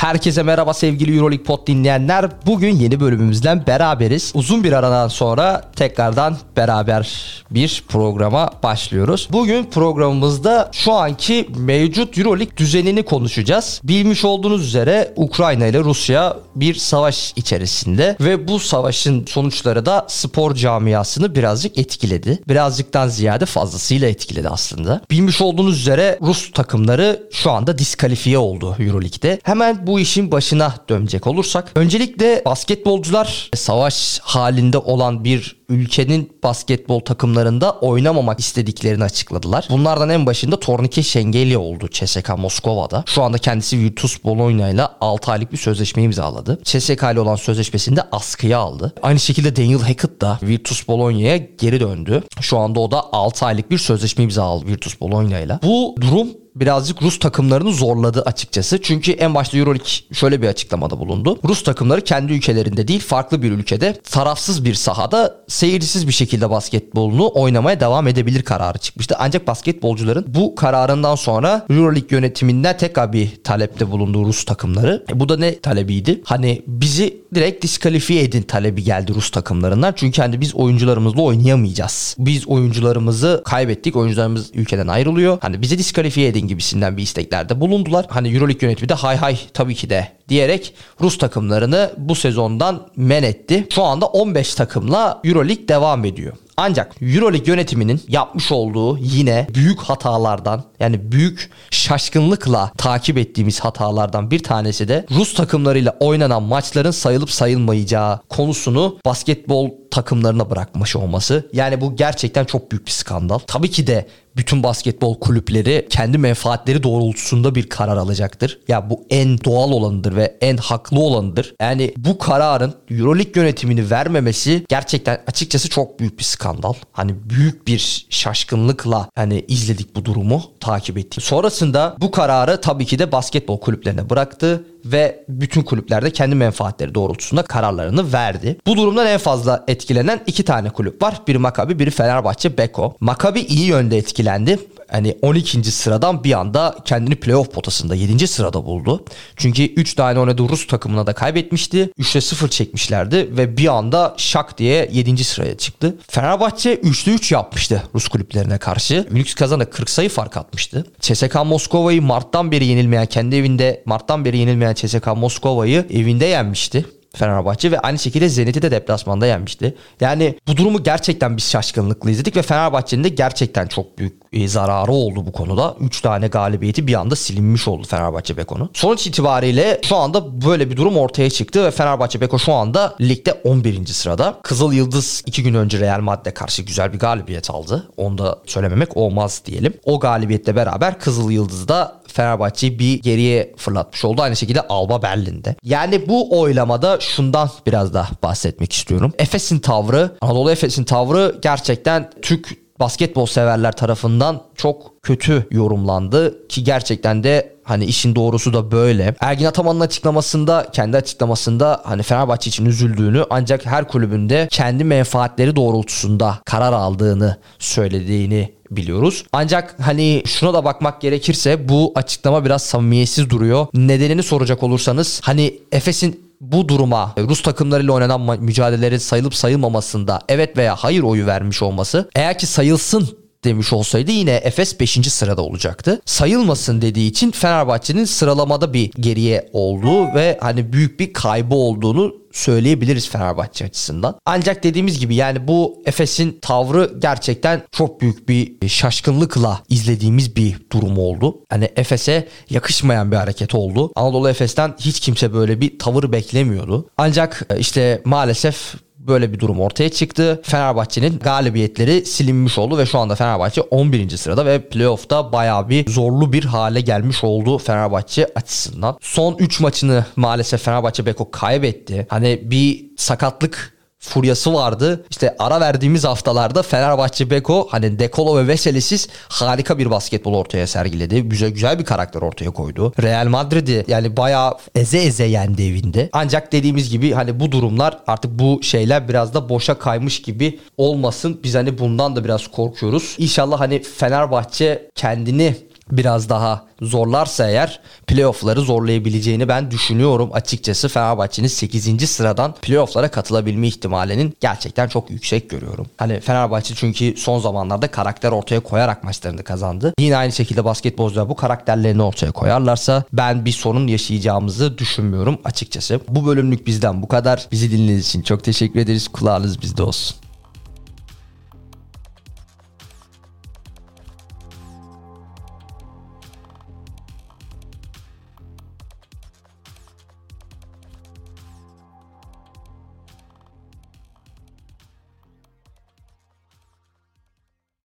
Herkese merhaba sevgili Euroleague Pod dinleyenler. Bugün yeni bölümümüzden beraberiz. Uzun bir aradan sonra tekrardan beraber bir programa başlıyoruz. Bugün programımızda şu anki mevcut Euroleague düzenini konuşacağız. Bilmiş olduğunuz üzere Ukrayna ile Rusya bir savaş içerisinde ve bu savaşın sonuçları da spor camiasını birazcık etkiledi. Birazcıktan ziyade fazlasıyla etkiledi aslında. Bilmiş olduğunuz üzere Rus takımları şu anda diskalifiye oldu Euroleague'de. Hemen bu işin başına dönecek olursak, öncelikle basketbolcular savaş halinde olan bir ülkenin basketbol takımlarında oynamamak istediklerini açıkladılar. Bunlardan en başında Tornike Şengelya oldu CSKA Moskova'da. Şu anda kendisi Virtus Bologna ile 6 aylık bir sözleşme imzaladı. CSKA ile olan sözleşmesini de askıya aldı. Aynı şekilde Daniel Hackett da Virtus Bologna'ya geri döndü. Şu anda o da 6 aylık bir sözleşme imzaladı Virtus Bologna ile. Bu durum birazcık Rus takımlarını zorladı açıkçası. Çünkü en başta Euroleague şöyle bir açıklamada bulundu. Rus takımları kendi ülkelerinde değil, farklı bir ülkede tarafsız bir sahada seyircisiz bir şekilde basketbolunu oynamaya devam edebilir kararı çıkmıştı. Ancak basketbolcuların bu kararından sonra Euroleague yönetiminden tekrar bir talepte bulundu Rus takımları. Bu da ne talebiydi? Hani bizi direkt diskalifiye edin talebi geldi Rus takımlarından. Çünkü hani biz oyuncularımızla oynayamayacağız. Biz oyuncularımızı kaybettik. Oyuncularımız ülkeden ayrılıyor. Hani bizi diskalifiye edin gibisinden bir isteklerde bulundular. Hani Euroleague yönetimi de hay tabii ki de diyerek Rus takımlarını bu sezondan men etti. Şu anda 15 takımla Euroleague devam ediyor. Ancak Euroleague yönetiminin yapmış olduğu yine büyük hatalardan, yani büyük şaşkınlıkla takip ettiğimiz hatalardan bir tanesi de Rus takımlarıyla oynanan maçların sayılıp sayılmayacağı konusunu basketbol takımlarına bırakmış olması. Yani bu gerçekten çok büyük bir skandal. Tabii ki de bütün basketbol kulüpleri kendi menfaatleri doğrultusunda bir karar alacaktır. Ya bu en doğal olanıdır ve en haklı olanıdır. Yani bu kararın Euroleague yönetimini vermemesi gerçekten açıkçası çok büyük bir skandal. Hani büyük bir şaşkınlıkla hani izledik bu durumu, takip ettik. Sonrasında bu kararı tabii ki de basketbol kulüplerine bıraktı ve bütün kulüpler de kendi menfaatleri doğrultusunda kararlarını verdi. Bu durumdan en fazla etkilenen 2 tane kulüp var. Biri Maccabi, biri Fenerbahçe Beko. Maccabi iyi yönde etkilendi. Hani 12. sıradan bir anda kendini playoff potasında 7. sırada buldu. Çünkü 3 tane oynadığı Rus takımına da kaybetmişti. 3'te 0 çekmişlerdi ve bir anda şak diye 7. sıraya çıktı. Fenerbahçe 3'te 3 yapmıştı Rus kulüplerine karşı. Unix Kazan'a 40 sayı fark atmıştı. CSKA Moskova'yı kendi evinde Mart'tan beri yenilmeyen CSKA Moskova'yı evinde yenmişti Fenerbahçe ve aynı şekilde Zenit'i de deplasmanda yenmişti. Yani bu durumu gerçekten biz şaşkınlıkla izledik ve Fenerbahçe'nin de gerçekten çok büyük zararı oldu bu konuda. 3 tane galibiyeti bir anda silinmiş oldu Fenerbahçe Beko'nun. Sonuç itibariyle şu anda böyle bir durum ortaya çıktı ve Fenerbahçe Beko şu anda ligde 11. sırada. Kızıl Yıldız 2 gün önce Real Madrid'e karşı güzel bir galibiyet aldı. Onu da söylememek olmaz diyelim. O galibiyetle beraber Kızıl Yıldız'da Fenerbahçe'yi bir geriye fırlatmış oldu. Aynı şekilde Alba Berlin'de. Yani bu oylamada şundan biraz da bahsetmek istiyorum. Anadolu Efes'in tavrı gerçekten Türk basketbol severler tarafından çok kötü yorumlandı ki gerçekten de hani işin doğrusu da böyle. Ergin Ataman'ın kendi açıklamasında hani Fenerbahçe için üzüldüğünü, ancak her kulübünde kendi menfaatleri doğrultusunda karar aldığını söylediğini biliyoruz. Ancak hani şuna da bakmak gerekirse bu açıklama biraz samimiyetsiz duruyor. Nedenini soracak olursanız hani Efes'in bu duruma Rus takımlarıyla oynanan mücadelelerin sayılıp sayılmamasında evet veya hayır oyu vermiş olması, eğer ki sayılsın demiş olsaydı yine Efes 5. sırada olacaktı. Sayılmasın dediği için Fenerbahçe'nin sıralamada bir geriye olduğu ve hani büyük bir kaybı olduğunu söyleyebiliriz Fenerbahçe açısından. Ancak dediğimiz gibi yani bu Efes'in tavrı gerçekten çok büyük bir şaşkınlıkla izlediğimiz bir durum oldu. Hani Efes'e yakışmayan bir hareket oldu. Anadolu Efes'ten hiç kimse böyle bir tavır beklemiyordu. Ancak işte maalesef böyle bir durum ortaya çıktı. Fenerbahçe'nin galibiyetleri silinmiş oldu ve şu anda Fenerbahçe 11. sırada ve playoff'ta bayağı bir zorlu bir hale gelmiş oldu Fenerbahçe açısından. Son 3 maçını maalesef Fenerbahçe Beko kaybetti. Hani bir sakatlık furyası vardı. İşte ara verdiğimiz haftalarda Fenerbahçe Beko hani Dekolo ve Veselisiz harika bir basketbol ortaya sergiledi. Güzel bir karakter ortaya koydu. Real Madrid'i yani bayağı eze yendi evinde. Ancak dediğimiz gibi hani bu durumlar artık bu şeyler biraz da boşa kaymış gibi olmasın. Biz hani bundan da biraz korkuyoruz. İnşallah hani Fenerbahçe kendini biraz daha zorlarsa eğer playoff'ları zorlayabileceğini ben düşünüyorum. Açıkçası Fenerbahçe'nin 8. sıradan playoff'lara katılabilme ihtimalinin gerçekten çok yüksek görüyorum. Hani Fenerbahçe çünkü son zamanlarda karakter ortaya koyarak maçlarını kazandı. Yine aynı şekilde basketbolcular bu karakterlerini ortaya koyarlarsa ben bir sorun yaşayacağımızı düşünmüyorum açıkçası. Bu bölümlük bizden bu kadar. Bizi dinlediğiniz için çok teşekkür ederiz. Kulağınız bizde olsun.